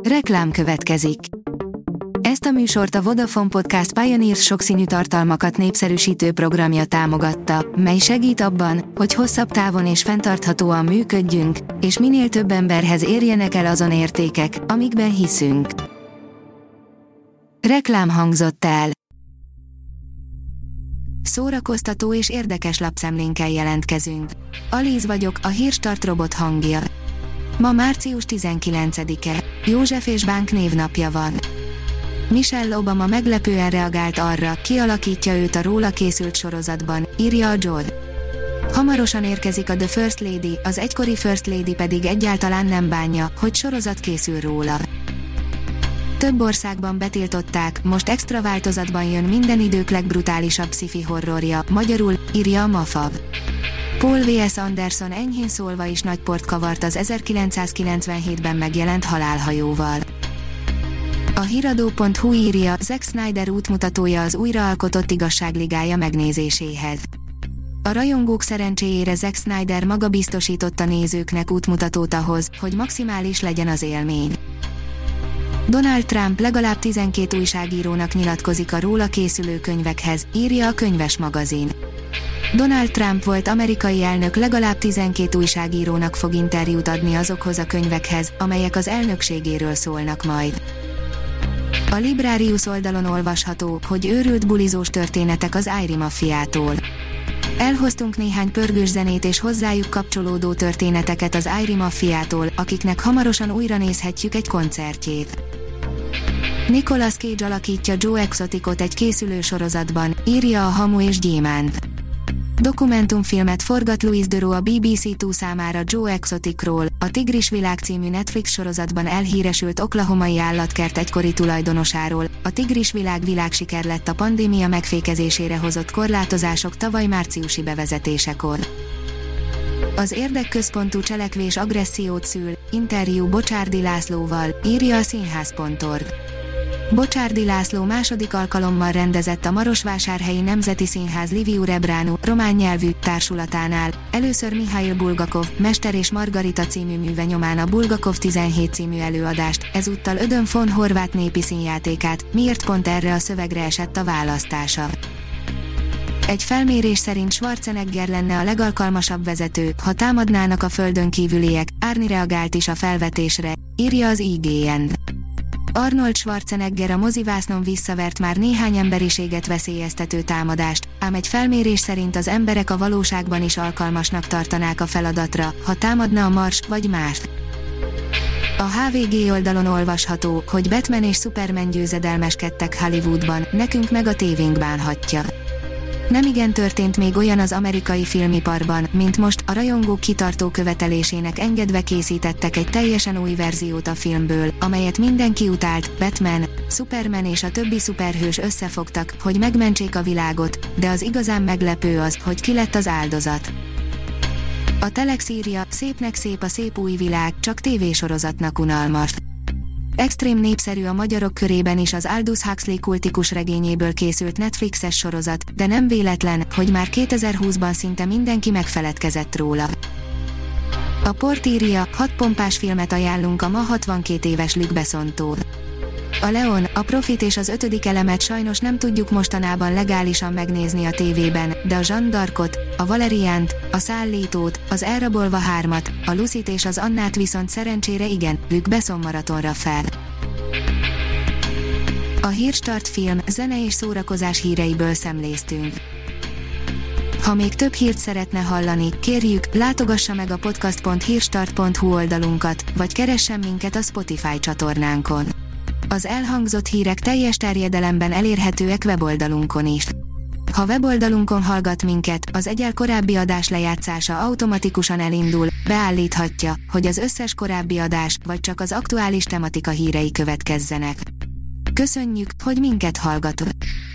Reklám következik. Ezt a műsort a Vodafone Podcast Pioneers sokszínű tartalmakat népszerűsítő programja támogatta, mely segít abban, hogy hosszabb távon és fenntarthatóan működjünk, és minél több emberhez érjenek el azon értékek, amikben hiszünk. Reklám hangzott el. Szórakoztató és érdekes lapszemlénkkel jelentkezünk. Alíz vagyok, a Hírstart robot hangja. Ma március 19-e, József és Bánk névnapja van. Michelle Obama meglepően reagált arra, ki alakítja őt a róla készült sorozatban, írja a Jod. Hamarosan érkezik a The First Lady, az egykori First Lady pedig egyáltalán nem bánja, hogy sorozat készül róla. Több országban betiltották, most extra változatban jön minden idők legbrutálisabb sci-fi horrorja, magyarul, írja a Mafav. Paul W.S. Anderson enyhén szólva is nagy port kavart az 1997-ben megjelent Halálhajóval. A hiradó.hu írja, Zack Snyder útmutatója az újraalkotott Igazságligája megnézéséhez. A rajongók szerencséjére Zack Snyder maga biztosította nézőknek útmutatót ahhoz, hogy maximális legyen az élmény. Donald Trump legalább 12 újságírónak nyilatkozik a róla készülő könyvekhez, írja a Könyves magazin. Donald Trump volt amerikai elnök legalább 12 újságírónak fog interjút adni azokhoz a könyvekhez, amelyek az elnökségéről szólnak majd. A Librarius oldalon olvasható, hogy őrült bulizós történetek az Airy Maffiától. Elhoztunk néhány pörgős zenét és hozzájuk kapcsolódó történeteket az Airy Maffiától, akiknek hamarosan újra nézhetjük egy koncertjét. Nicolas Cage alakítja Joe Exoticot egy készülő sorozatban, írja a Hamu és Gyémánt. Dokumentumfilmet forgat Louis Theroux a BBC2 számára Joe Exoticról, a Tigris világ című Netflix sorozatban elhíresült oklahomai állatkert egykori tulajdonosáról. A Tigris világsiker lett a pandémia megfékezésére hozott korlátozások tavaly márciusi bevezetésekor. Az érdekközpontú cselekvés agressziót szül, interjú Bocsárdi Lászlóval, írja a színház.org. Bocsárdi László második alkalommal rendezett a Marosvásárhelyi Nemzeti Színház Liviu Rebránu román nyelvű társulatánál, először Mihail Bulgakov, Mester és Margarita című műve nyomán a Bulgakov 17 című előadást, ezúttal Ödön von Horváth népi színjátékát, miért pont erre a szövegre esett a választása. Egy felmérés szerint Schwarzenegger lenne a legalkalmasabb vezető, ha támadnának a földön kívüliek, Árni reagált is a felvetésre, írja az IGN. Arnold Schwarzenegger a mozivásznon visszavert már néhány emberiséget veszélyeztető támadást, ám egy felmérés szerint az emberek a valóságban is alkalmasnak tartanák a feladatra, ha támadna a Mars vagy más. A HVG oldalon olvasható, hogy Batman és Superman győzedelmeskedtek Hollywoodban, nekünk meg a tévénk bánhatja. Nemigen történt még olyan az amerikai filmiparban, mint most, a rajongók kitartó követelésének engedve készítettek egy teljesen új verziót a filmből, amelyet mindenki utált, Batman, Superman és a többi szuperhős összefogtak, hogy megmentsék a világot, de az igazán meglepő az, hogy ki lett az áldozat. A Telex írja, szépnek szép a szép új világ, csak tévésorozatnak unalmas. Extrém népszerű a magyarok körében is az Aldous Huxley kultikus regényéből készült Netflixes sorozat, de nem véletlen, hogy már 2020-ban szinte mindenki megfeledkezett róla. A Port írja, 6 pompás filmet ajánlunk a ma 62 éves Luc Bessontól. A Leon, a Profit és az 5. elemet sajnos nem tudjuk mostanában legálisan megnézni a tévében, de a Jeanne d'Arcot, a Valeriánt, a Szállítót, az Elrabolva 3-at, a Lucit és az Annát viszont szerencsére igen, Luc Besson maratonra fel. A Hírstart film, zene és szórakozás híreiből szemléztünk. Ha még több hírt szeretne hallani, kérjük, látogassa meg a podcast.hírstart.hu oldalunkat, vagy keressen minket a Spotify csatornánkon. Az elhangzott hírek teljes terjedelemben elérhetőek weboldalunkon is. Ha weboldalunkon hallgat minket, az egyel korábbi adás lejátszása automatikusan elindul, beállíthatja, hogy az összes korábbi adás, vagy csak az aktuális tematika hírei következzenek. Köszönjük, hogy minket hallgatott!